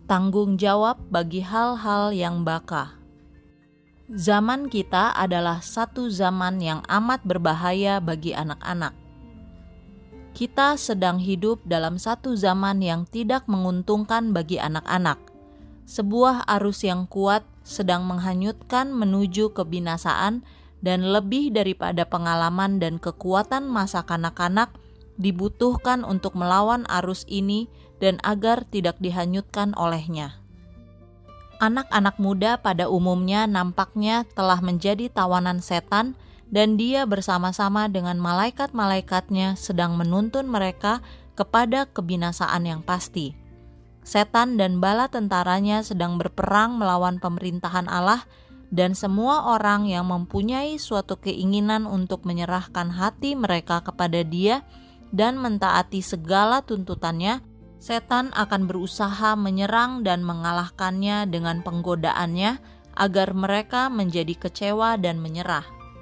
Tanggung jawab bagi hal-hal yang baka. Zaman kita adalah satu zaman yang amat berbahaya bagi anak-anak. Kita sedang hidup dalam satu zaman yang tidak menguntungkan bagi anak-anak. Sebuah arus yang kuat sedang menghanyutkan menuju kebinasaan, dan lebih daripada pengalaman dan kekuatan masa kanak-kanak dibutuhkan untuk melawan arus ini dan agar tidak dihanyutkan olehnya. Anak-anak muda pada umumnya nampaknya telah menjadi tawanan setan, dan dia bersama-sama dengan malaikat-malaikatnya sedang menuntun mereka kepada kebinasaan yang pasti. Setan dan bala tentaranya sedang berperang melawan pemerintahan Allah, dan semua orang yang mempunyai suatu keinginan untuk menyerahkan hati mereka kepada Dia dan mentaati segala tuntutannya, setan akan berusaha menyerang dan mengalahkannya dengan penggodaannya agar mereka menjadi kecewa dan menyerah.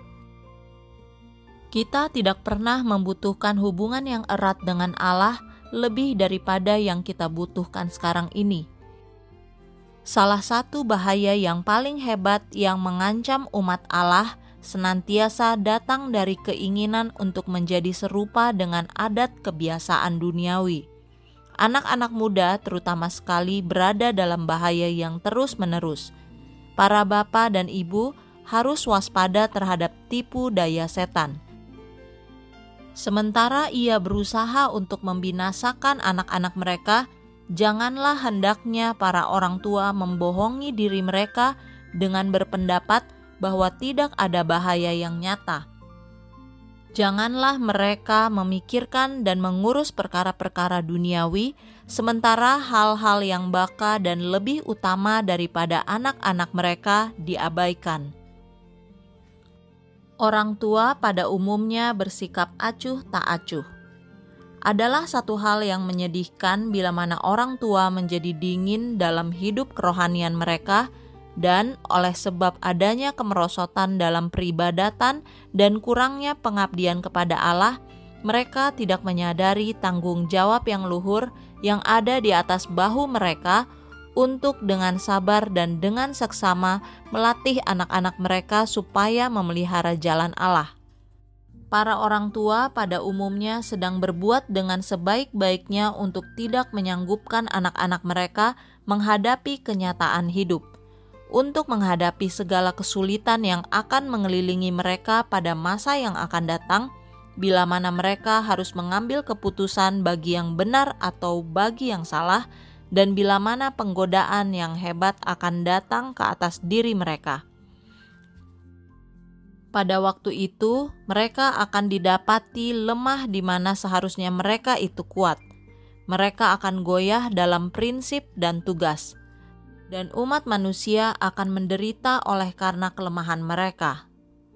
Kita tidak pernah membutuhkan hubungan yang erat dengan Allah lebih daripada yang kita butuhkan sekarang ini. Salah satu bahaya yang paling hebat yang mengancam umat Allah senantiasa datang dari keinginan untuk menjadi serupa dengan adat kebiasaan duniawi. Anak-anak muda terutama sekali berada dalam bahaya yang terus-menerus. Para bapa dan ibu harus waspada terhadap tipu daya setan. Sementara ia berusaha untuk membinasakan anak-anak mereka, janganlah hendaknya para orang tua membohongi diri mereka dengan berpendapat bahwa tidak ada bahaya yang nyata. Janganlah mereka memikirkan dan mengurus perkara-perkara duniawi, sementara hal-hal yang baka dan lebih utama daripada anak-anak mereka diabaikan. Orang tua pada umumnya bersikap acuh tak acuh. Adalah satu hal yang menyedihkan bila mana orang tua menjadi dingin dalam hidup kerohanian mereka, dan oleh sebab adanya kemerosotan dalam peribadatan dan kurangnya pengabdian kepada Allah, mereka tidak menyadari tanggung jawab yang luhur yang ada di atas bahu mereka untuk dengan sabar dan dengan seksama melatih anak-anak mereka supaya memelihara jalan Allah. Para orang tua pada umumnya sedang berbuat dengan sebaik-baiknya untuk tidak menyanggupkan anak-anak mereka menghadapi kenyataan hidup. Untuk menghadapi segala kesulitan yang akan mengelilingi mereka pada masa yang akan datang, bila mana mereka harus mengambil keputusan bagi yang benar atau bagi yang salah, dan bila mana penggodaan yang hebat akan datang ke atas diri mereka. Pada waktu itu, mereka akan didapati lemah di mana seharusnya mereka itu kuat. Mereka akan goyah dalam prinsip dan tugas, dan umat manusia akan menderita oleh karena kelemahan mereka.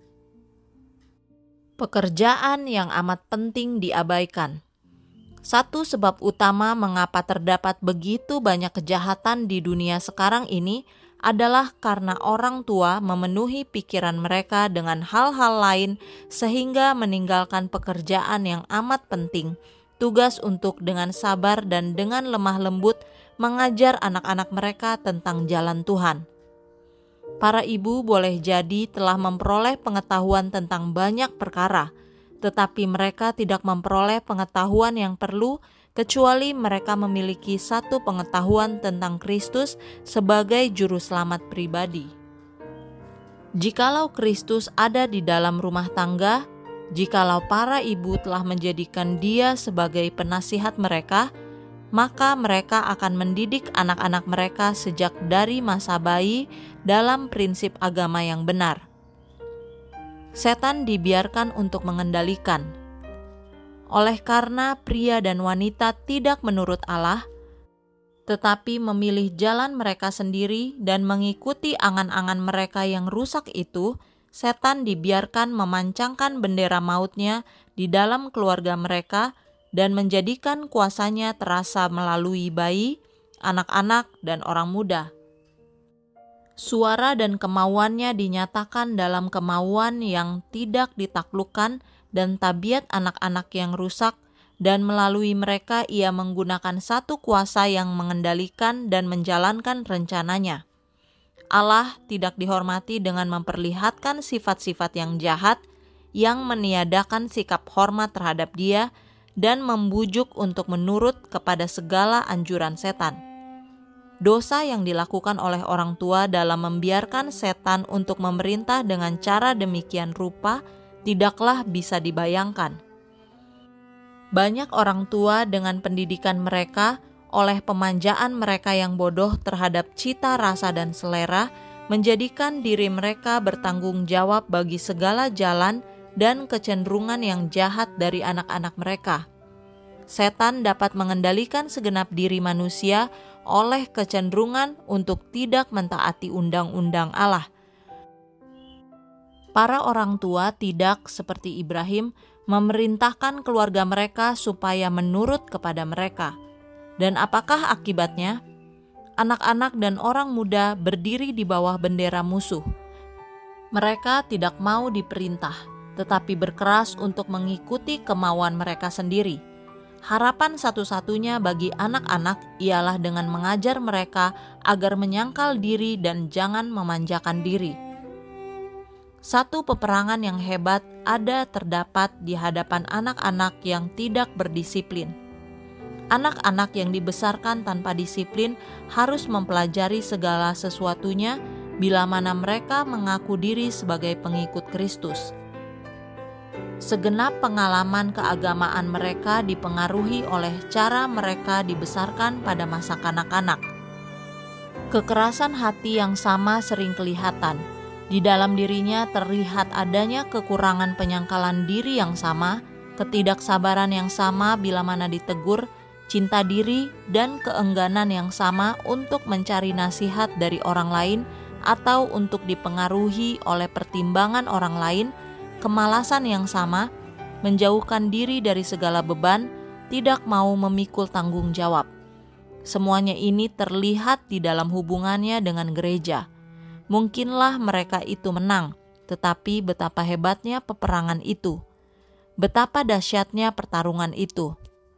Pekerjaan yang amat penting diabaikan. Satu sebab utama mengapa terdapat begitu banyak kejahatan di dunia sekarang ini adalah karena orang tua memenuhi pikiran mereka dengan hal-hal lain sehingga meninggalkan pekerjaan yang amat penting, tugas untuk dengan sabar dan dengan lemah lembut mengajar anak-anak mereka tentang jalan Tuhan. Para ibu boleh jadi telah memperoleh pengetahuan tentang banyak perkara, tetapi mereka tidak memperoleh pengetahuan yang perlu kecuali mereka memiliki satu pengetahuan tentang Kristus sebagai juru selamat pribadi. Jikalau Kristus ada di dalam rumah tangga, jikalau para ibu telah menjadikan Dia sebagai penasihat mereka, maka mereka akan mendidik anak-anak mereka sejak dari masa bayi dalam prinsip agama yang benar. Setan dibiarkan untuk mengendalikan. Oleh karena pria dan wanita tidak menurut Allah, tetapi memilih jalan mereka sendiri dan mengikuti angan-angan mereka yang rusak itu, setan dibiarkan memancangkan bendera mautnya di dalam keluarga mereka dan menjadikan kuasanya terasa melalui bayi, anak-anak, dan orang muda. Suara dan kemauannya dinyatakan dalam kemauan yang tidak ditaklukkan dan tabiat anak-anak yang rusak dan melalui mereka Ia menggunakan satu kuasa yang mengendalikan dan menjalankan rencananya. Allah tidak dihormati dengan memperlihatkan sifat-sifat yang jahat, yang meniadakan sikap hormat terhadap Dia dan membujuk untuk menurut kepada segala anjuran setan. Dosa yang dilakukan oleh orang tua dalam membiarkan setan untuk memerintah dengan cara demikian rupa tidaklah bisa dibayangkan. Banyak orang tua dengan pendidikan mereka, oleh pemanjaan mereka yang bodoh terhadap cita rasa dan selera, menjadikan diri mereka bertanggung jawab bagi segala jalan dan kecenderungan yang jahat dari anak-anak mereka. Setan dapat mengendalikan segenap diri manusia oleh kecenderungan untuk tidak mentaati undang-undang Allah. Para orang tua tidak seperti Ibrahim memerintahkan keluarga mereka supaya menurut kepada mereka. Dan apakah akibatnya? Anak-anak dan orang muda berdiri di bawah bendera musuh. Mereka tidak mau diperintah, tetapi berkeras untuk mengikuti kemauan mereka sendiri. Harapan satu-satunya bagi anak-anak ialah dengan mengajar mereka agar menyangkal diri dan jangan memanjakan diri. Satu peperangan yang hebat terdapat di hadapan anak-anak yang tidak berdisiplin. Anak-anak yang dibesarkan tanpa disiplin harus mempelajari segala sesuatunya bila mana mereka mengaku diri sebagai pengikut Kristus. Segenap pengalaman keagamaan mereka dipengaruhi oleh cara mereka dibesarkan pada masa kanak-kanak. Kekerasan hati yang sama sering kelihatan. Di dalam dirinya terlihat adanya kekurangan penyangkalan diri yang sama, ketidaksabaran yang sama bila mana ditegur, cinta diri dan keengganan yang sama untuk mencari nasihat dari orang lain atau untuk dipengaruhi oleh pertimbangan orang lain, kemalasan yang sama, menjauhkan diri dari segala beban, tidak mau memikul tanggung jawab. Semuanya ini terlihat di dalam hubungannya dengan gereja. Mungkinlah mereka itu menang, tetapi betapa hebatnya peperangan itu. Betapa dahsyatnya pertarungan itu.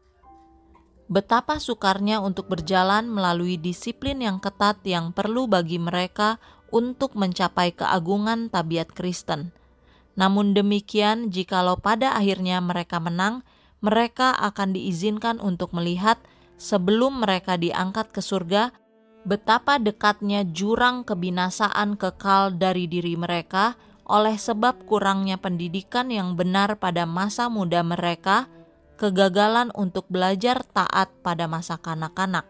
Betapa sukarnya untuk berjalan melalui disiplin yang ketat yang perlu bagi mereka untuk mencapai keagungan tabiat Kristen. Namun demikian, jikalau pada akhirnya mereka menang, mereka akan diizinkan untuk melihat sebelum mereka diangkat ke surga, betapa dekatnya jurang kebinasaan kekal dari diri mereka oleh sebab kurangnya pendidikan yang benar pada masa muda mereka, kegagalan untuk belajar taat pada masa kanak-kanak.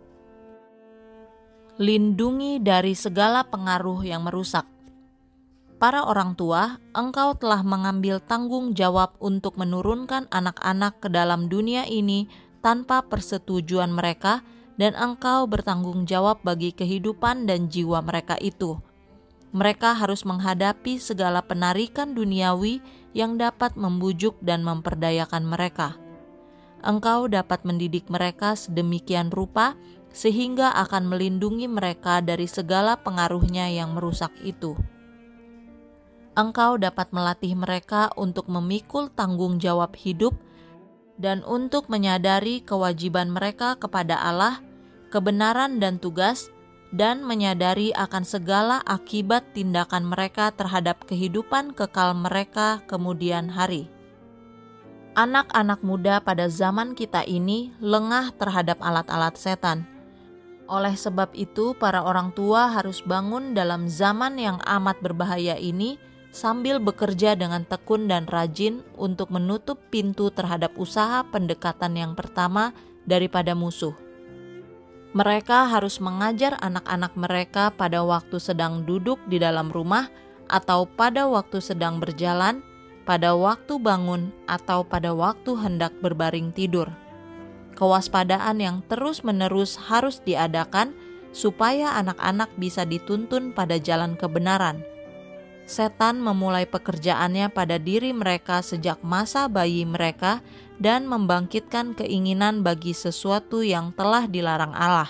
Lindungi dari segala pengaruh yang merusak. Para orang tua, engkau telah mengambil tanggung jawab untuk menurunkan anak-anak ke dalam dunia ini tanpa persetujuan mereka, dan engkau bertanggung jawab bagi kehidupan dan jiwa mereka itu. Mereka harus menghadapi segala penarikan duniawi yang dapat membujuk dan memperdayakan mereka. Engkau dapat mendidik mereka sedemikian rupa sehingga akan melindungi mereka dari segala pengaruhnya yang merusak itu. Engkau dapat melatih mereka untuk memikul tanggung jawab hidup dan untuk menyadari kewajiban mereka kepada Allah, kebenaran dan tugas, dan menyadari akan segala akibat tindakan mereka terhadap kehidupan kekal mereka kemudian hari. Anak-anak muda pada zaman kita ini lengah terhadap alat-alat setan. Oleh sebab itu, para orang tua harus bangun dalam zaman yang amat berbahaya ini sambil bekerja dengan tekun dan rajin untuk menutup pintu terhadap usaha pendekatan yang pertama daripada musuh. Mereka harus mengajar anak-anak mereka pada waktu sedang duduk di dalam rumah atau pada waktu sedang berjalan, pada waktu bangun atau pada waktu hendak berbaring tidur. Kewaspadaan yang terus-menerus harus diadakan supaya anak-anak bisa dituntun pada jalan kebenaran. Setan memulai pekerjaannya pada diri mereka sejak masa bayi mereka dan membangkitkan keinginan bagi sesuatu yang telah dilarang Allah.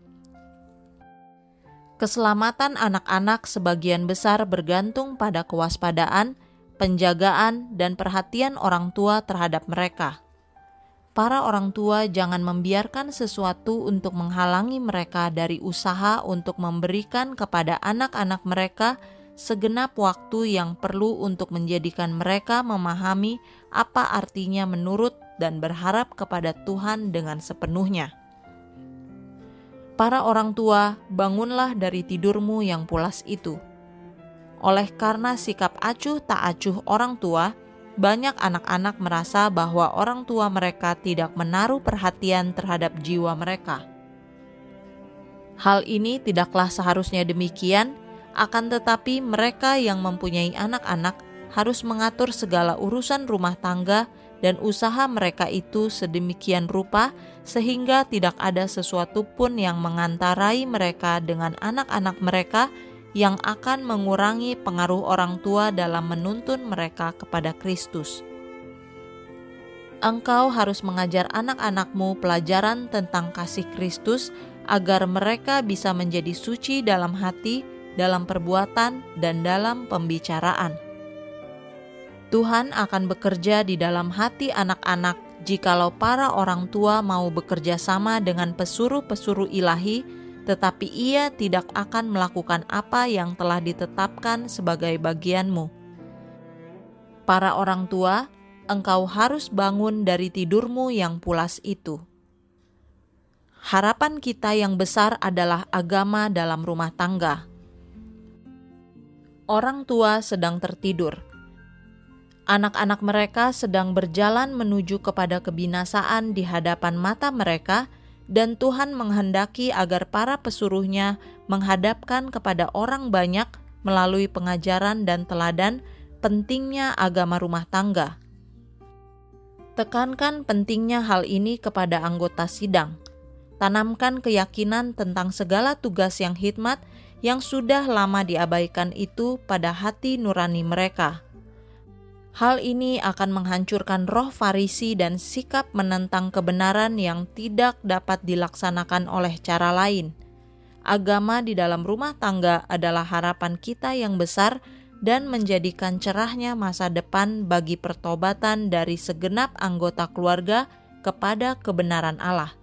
Keselamatan anak-anak sebagian besar bergantung pada kewaspadaan, penjagaan, dan perhatian orang tua terhadap mereka. Para orang tua jangan membiarkan sesuatu untuk menghalangi mereka dari usaha untuk memberikan kepada anak-anak mereka segenap waktu yang perlu untuk menjadikan mereka memahami apa artinya menurut dan berharap kepada Tuhan dengan sepenuhnya. Para orang tua, bangunlah dari tidurmu yang pulas itu. Oleh karena sikap acuh tak acuh orang tua, banyak anak-anak merasa bahwa orang tua mereka tidak menaruh perhatian terhadap jiwa mereka. Hal ini tidaklah seharusnya demikian, akan tetapi mereka yang mempunyai anak-anak harus mengatur segala urusan rumah tangga dan usaha mereka itu sedemikian rupa sehingga tidak ada sesuatu pun yang mengantarai mereka dengan anak-anak mereka yang akan mengurangi pengaruh orang tua dalam menuntun mereka kepada Kristus. Engkau harus mengajar anak-anakmu pelajaran tentang kasih Kristus agar mereka bisa menjadi suci dalam hati, dalam perbuatan, dan dalam pembicaraan. Tuhan akan bekerja di dalam hati anak-anak jikalau para orang tua mau bekerja sama dengan pesuruh-pesuruh ilahi, tetapi ia tidak akan melakukan apa yang telah ditetapkan sebagai bagianmu. Para orang tua, engkau harus bangun dari tidurmu yang pulas itu. Harapan kita yang besar adalah agama dalam rumah tangga. Orang tua sedang tertidur. Anak-anak mereka sedang berjalan menuju kepada kebinasaan di hadapan mata mereka, dan Tuhan menghendaki agar para pesuruhnya menghadapkan kepada orang banyak melalui pengajaran dan teladan pentingnya agama rumah tangga. Tekankan pentingnya hal ini kepada anggota sidang. Tanamkan keyakinan tentang segala tugas yang hikmat yang sudah lama diabaikan itu pada hati nurani mereka. Hal ini akan menghancurkan roh Farisi dan sikap menentang kebenaran yang tidak dapat dilaksanakan oleh cara lain. Agama di dalam rumah tangga adalah harapan kita yang besar dan menjadikan cerahnya masa depan bagi pertobatan dari segenap anggota keluarga kepada kebenaran Allah.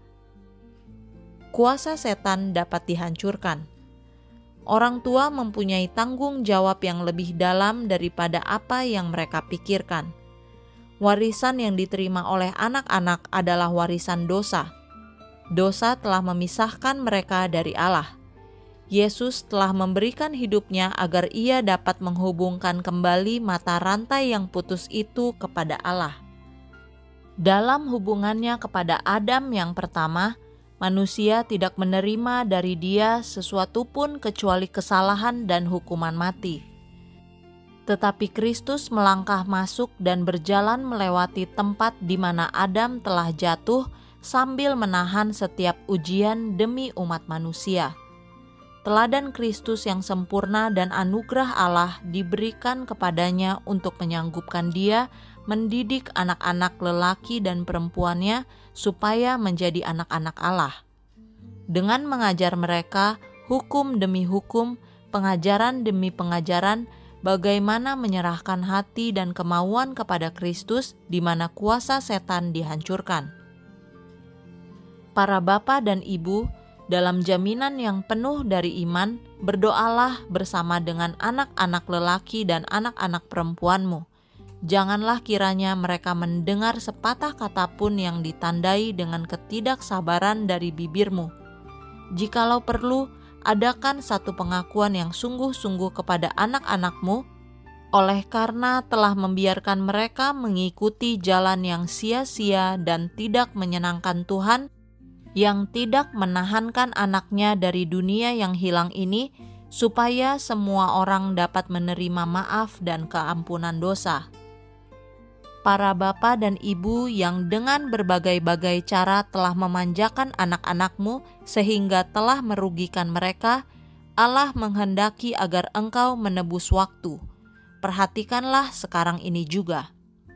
Kuasa setan dapat dihancurkan. Orang tua mempunyai tanggung jawab yang lebih dalam daripada apa yang mereka pikirkan. Warisan yang diterima oleh anak-anak adalah warisan dosa. Dosa telah memisahkan mereka dari Allah. Yesus telah memberikan hidupnya agar ia dapat menghubungkan kembali mata rantai yang putus itu kepada Allah. Dalam hubungannya kepada Adam yang pertama, manusia tidak menerima dari dia sesuatu pun kecuali kesalahan dan hukuman mati. Tetapi Kristus melangkah masuk dan berjalan melewati tempat di mana Adam telah jatuh sambil menahan setiap ujian demi umat manusia. Teladan Kristus yang sempurna dan anugerah Allah diberikan kepadanya untuk menyanggupkan dia mendidik anak-anak lelaki dan perempuannya supaya menjadi anak-anak Allah. Dengan mengajar mereka hukum demi hukum, pengajaran demi pengajaran, bagaimana menyerahkan hati dan kemauan kepada Kristus di mana kuasa setan dihancurkan. Para bapa dan ibu, dalam jaminan yang penuh dari iman, berdoalah bersama dengan anak-anak lelaki dan anak-anak perempuanmu. Janganlah kiranya mereka mendengar sepatah kata pun yang ditandai dengan ketidaksabaran dari bibirmu. Jikalau perlu, adakan satu pengakuan yang sungguh-sungguh kepada anak-anakmu, oleh karena telah membiarkan mereka mengikuti jalan yang sia-sia dan tidak menyenangkan Tuhan, yang tidak menahankan anaknya dari dunia yang hilang ini, supaya semua orang dapat menerima maaf dan keampunan dosa. Para bapa dan ibu yang dengan berbagai-bagai cara telah memanjakan anak-anakmu sehingga telah merugikan mereka, Allah menghendaki agar engkau menebus waktu. Perhatikanlah sekarang ini juga.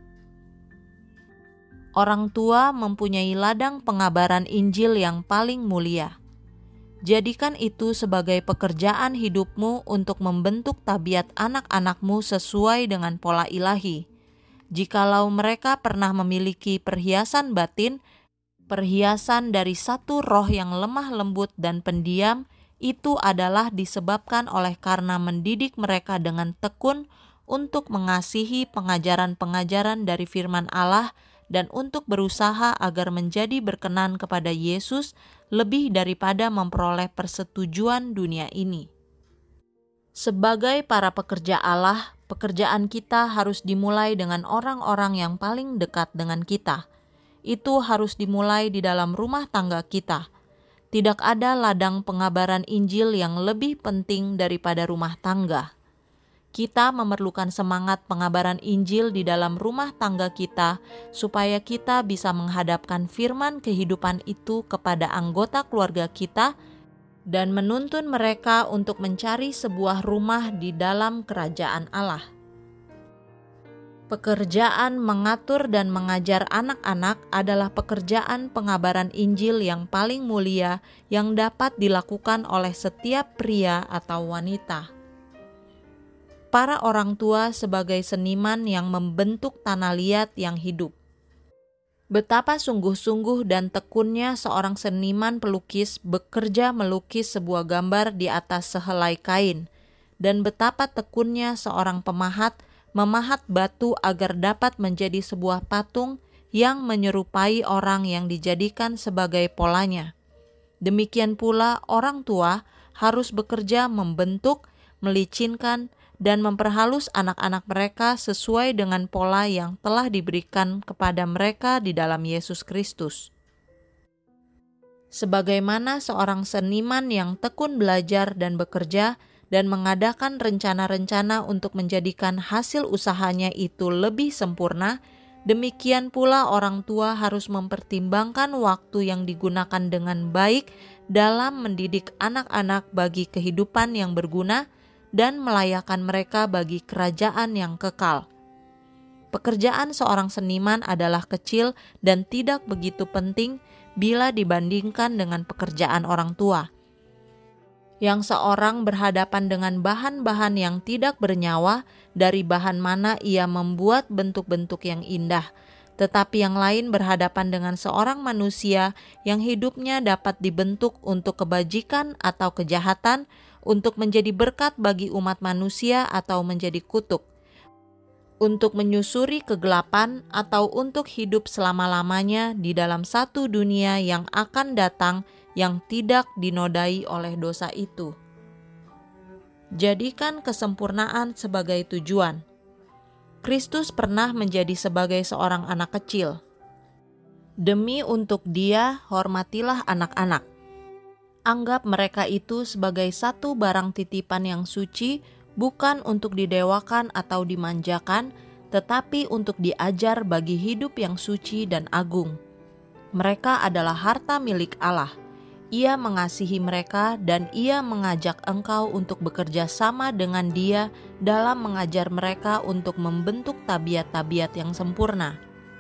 Orang tua mempunyai ladang pengabaran Injil yang paling mulia. Jadikan itu sebagai pekerjaan hidupmu untuk membentuk tabiat anak-anakmu sesuai dengan pola ilahi. jikalau mereka pernah memiliki perhiasan batin, perhiasan dari satu roh yang lemah lembut dan pendiam, itu adalah disebabkan oleh karena mendidik mereka dengan tekun untuk mengasihi pengajaran-pengajaran dari firman Allah dan untuk berusaha agar menjadi berkenan kepada Yesus lebih daripada memperoleh persetujuan dunia ini. Sebagai para pekerja Allah, pekerjaan kita harus dimulai dengan orang-orang yang paling dekat dengan kita. Itu harus dimulai di dalam rumah tangga kita. Tidak ada ladang pengabaran Injil yang lebih penting daripada rumah tangga. Kita memerlukan semangat pengabaran Injil di dalam rumah tangga kita supaya kita bisa menghadapkan firman kehidupan itu kepada anggota keluarga kita dan menuntun mereka untuk mencari sebuah rumah di dalam kerajaan Allah. Pekerjaan mengatur dan mengajar anak-anak adalah pekerjaan pengabaran Injil yang paling mulia yang dapat dilakukan oleh setiap pria atau wanita. Para orang tua sebagai seniman yang membentuk tanah liat yang hidup. Betapa sungguh-sungguh dan tekunnya seorang seniman pelukis bekerja melukis sebuah gambar di atas sehelai kain, dan betapa tekunnya seorang pemahat memahat batu agar dapat menjadi sebuah patung yang menyerupai orang yang dijadikan sebagai polanya. Demikian pula orang tua harus bekerja membentuk, melicinkan, dan memperhalus anak-anak mereka sesuai dengan pola yang telah diberikan kepada mereka di dalam Yesus Kristus. Sebagaimana seorang seniman yang tekun belajar dan bekerja dan mengadakan rencana-rencana untuk menjadikan hasil usahanya itu lebih sempurna, demikian pula orang tua harus mempertimbangkan waktu yang digunakan dengan baik dalam mendidik anak-anak bagi kehidupan yang berguna dan melayakkan mereka bagi kerajaan yang kekal. Pekerjaan seorang seniman adalah kecil dan tidak begitu penting bila dibandingkan dengan pekerjaan orang tua. Yang seorang berhadapan dengan bahan-bahan yang tidak bernyawa, dari bahan mana ia membuat bentuk-bentuk yang indah, tetapi yang lain berhadapan dengan seorang manusia yang hidupnya dapat dibentuk untuk kebajikan atau kejahatan, untuk menjadi berkat bagi umat manusia atau menjadi kutuk, untuk menyusuri kegelapan atau untuk hidup selama-lamanya di dalam satu dunia yang akan datang yang tidak dinodai oleh dosa itu. Jadikan kesempurnaan sebagai tujuan. Kristus pernah menjadi sebagai seorang anak kecil. Demi untuk Dia, hormatilah anak-anak. Anggap mereka itu sebagai satu barang titipan yang suci, bukan untuk didewakan atau dimanjakan, tetapi untuk diajar bagi hidup yang suci dan agung. Mereka adalah harta milik Allah. Ia mengasihi mereka dan Ia mengajak engkau untuk bekerja sama dengan Dia dalam mengajar mereka untuk membentuk tabiat-tabiat yang sempurna.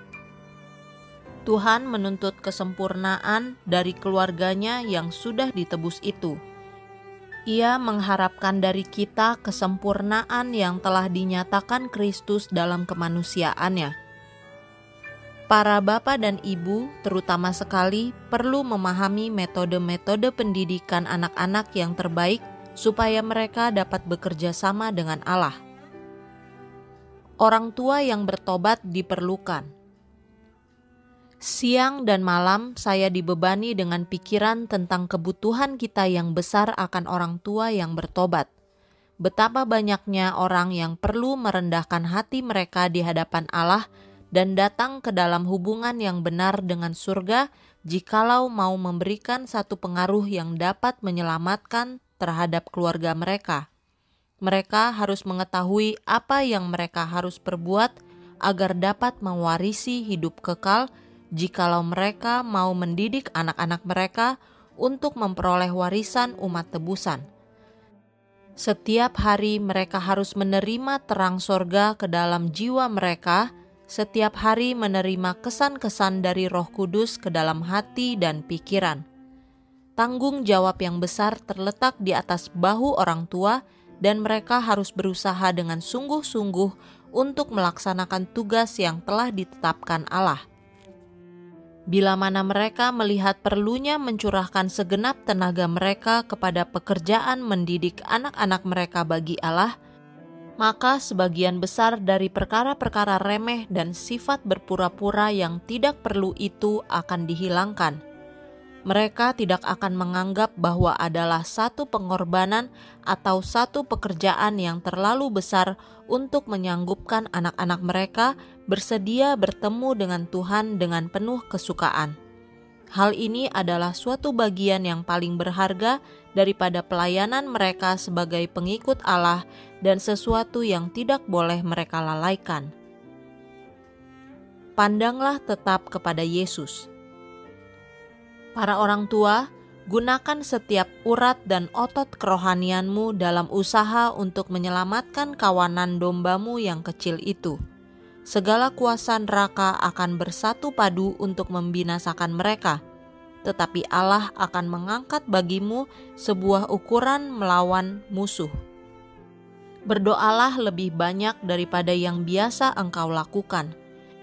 Tuhan menuntut kesempurnaan dari keluarganya yang sudah ditebus itu. Ia mengharapkan dari kita kesempurnaan yang telah dinyatakan Kristus dalam kemanusiaannya. Para bapa dan ibu, terutama sekali, perlu memahami metode-metode pendidikan anak-anak yang terbaik supaya mereka dapat bekerja sama dengan Allah. Orang tua yang bertobat diperlukan. Siang dan malam saya dibebani dengan pikiran tentang kebutuhan kita yang besar akan orang tua yang bertobat. Betapa banyaknya orang yang perlu merendahkan hati mereka di hadapan Allah dan datang ke dalam hubungan yang benar dengan surga jikalau mau memberikan satu pengaruh yang dapat menyelamatkan terhadap keluarga mereka. Mereka harus mengetahui apa yang mereka harus perbuat agar dapat mewarisi hidup kekal jikalau mereka mau mendidik anak-anak mereka untuk memperoleh warisan umat tebusan. Setiap hari mereka harus menerima terang sorga ke dalam jiwa mereka, setiap hari menerima kesan-kesan dari Roh Kudus ke dalam hati dan pikiran. Tanggung jawab yang besar terletak di atas bahu orang tua dan mereka harus berusaha dengan sungguh-sungguh untuk melaksanakan tugas yang telah ditetapkan Allah. Bila mana mereka melihat perlunya mencurahkan segenap tenaga mereka kepada pekerjaan mendidik anak-anak mereka bagi Allah, maka sebagian besar dari perkara-perkara remeh dan sifat berpura-pura yang tidak perlu itu akan dihilangkan. Mereka tidak akan menganggap bahwa adalah satu pengorbanan atau satu pekerjaan yang terlalu besar untuk menyanggupkan anak-anak mereka bersedia bertemu dengan Tuhan dengan penuh kesukaan. Hal ini adalah suatu bagian yang paling berharga daripada pelayanan mereka sebagai pengikut Allah dan sesuatu yang tidak boleh mereka lalaikan. Pandanglah tetap kepada Yesus. Para orang tua, gunakan setiap urat dan otot kerohanianmu dalam usaha untuk menyelamatkan kawanan dombamu yang kecil itu. Segala kuasa neraka akan bersatu padu untuk membinasakan mereka, tetapi Allah akan mengangkat bagimu sebuah ukuran melawan musuh. Berdoalah lebih banyak daripada yang biasa engkau lakukan.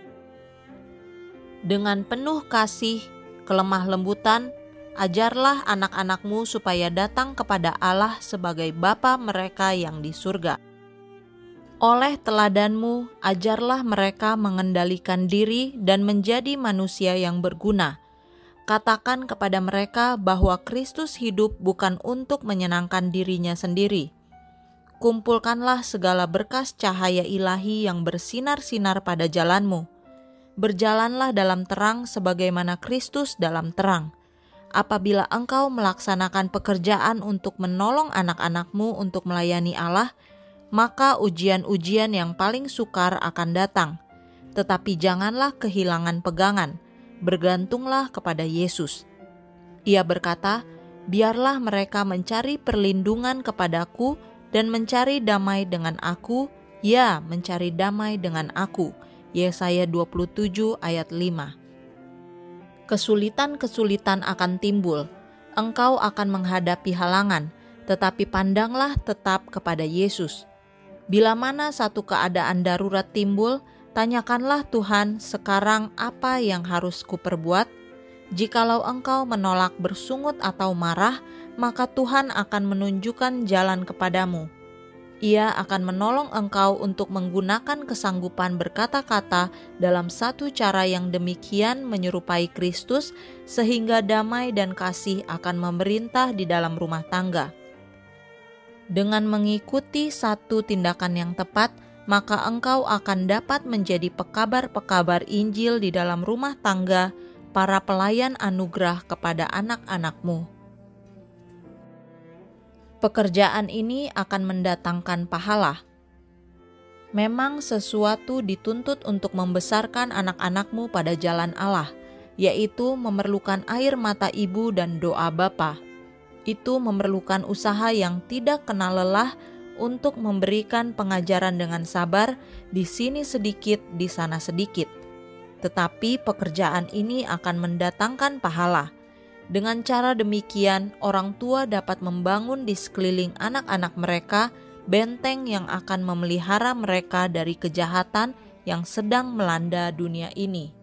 Dengan penuh kasih, kelemah lembutan, ajarlah anak-anakmu supaya datang kepada Allah sebagai Bapa mereka yang di surga. Oleh teladanmu, ajarlah mereka mengendalikan diri dan menjadi manusia yang berguna. Katakan kepada mereka bahwa Kristus hidup bukan untuk menyenangkan dirinya sendiri. Kumpulkanlah segala berkas cahaya ilahi yang bersinar-sinar pada jalanmu. Berjalanlah dalam terang sebagaimana Kristus dalam terang. Apabila engkau melaksanakan pekerjaan untuk menolong anak-anakmu untuk melayani Allah, maka ujian-ujian yang paling sukar akan datang. Tetapi janganlah kehilangan pegangan, bergantunglah kepada Yesus. Ia berkata, biarlah mereka mencari perlindungan kepadaku dan mencari damai dengan aku, ya mencari damai dengan aku. Yesaya 27 ayat 5. Kesulitan-kesulitan akan timbul, engkau akan menghadapi halangan, tetapi pandanglah tetap kepada Yesus. Bila mana satu keadaan darurat timbul, tanyakanlah Tuhan, sekarang apa yang harus kuperbuat? Jikalau engkau menolak bersungut atau marah, maka Tuhan akan menunjukkan jalan kepadamu. Ia akan menolong engkau untuk menggunakan kesanggupan berkata-kata dalam satu cara yang demikian menyerupai Kristus, sehingga damai dan kasih akan memerintah di dalam rumah tangga. Dengan mengikuti satu tindakan yang tepat, maka engkau akan dapat menjadi pekabar-pekabar Injil di dalam rumah tangga, para pelayan anugerah kepada anak-anakmu. Pekerjaan ini akan mendatangkan pahala. Memang sesuatu dituntut untuk membesarkan anak-anakmu pada jalan Allah, yaitu memerlukan air mata ibu dan doa bapa. Itu memerlukan usaha yang tidak kenal lelah untuk memberikan pengajaran dengan sabar, di sini sedikit, di sana sedikit. Tetapi pekerjaan ini akan mendatangkan pahala. Dengan cara demikian, orang tua dapat membangun di sekeliling anak-anak mereka benteng yang akan memelihara mereka dari kejahatan yang sedang melanda dunia ini.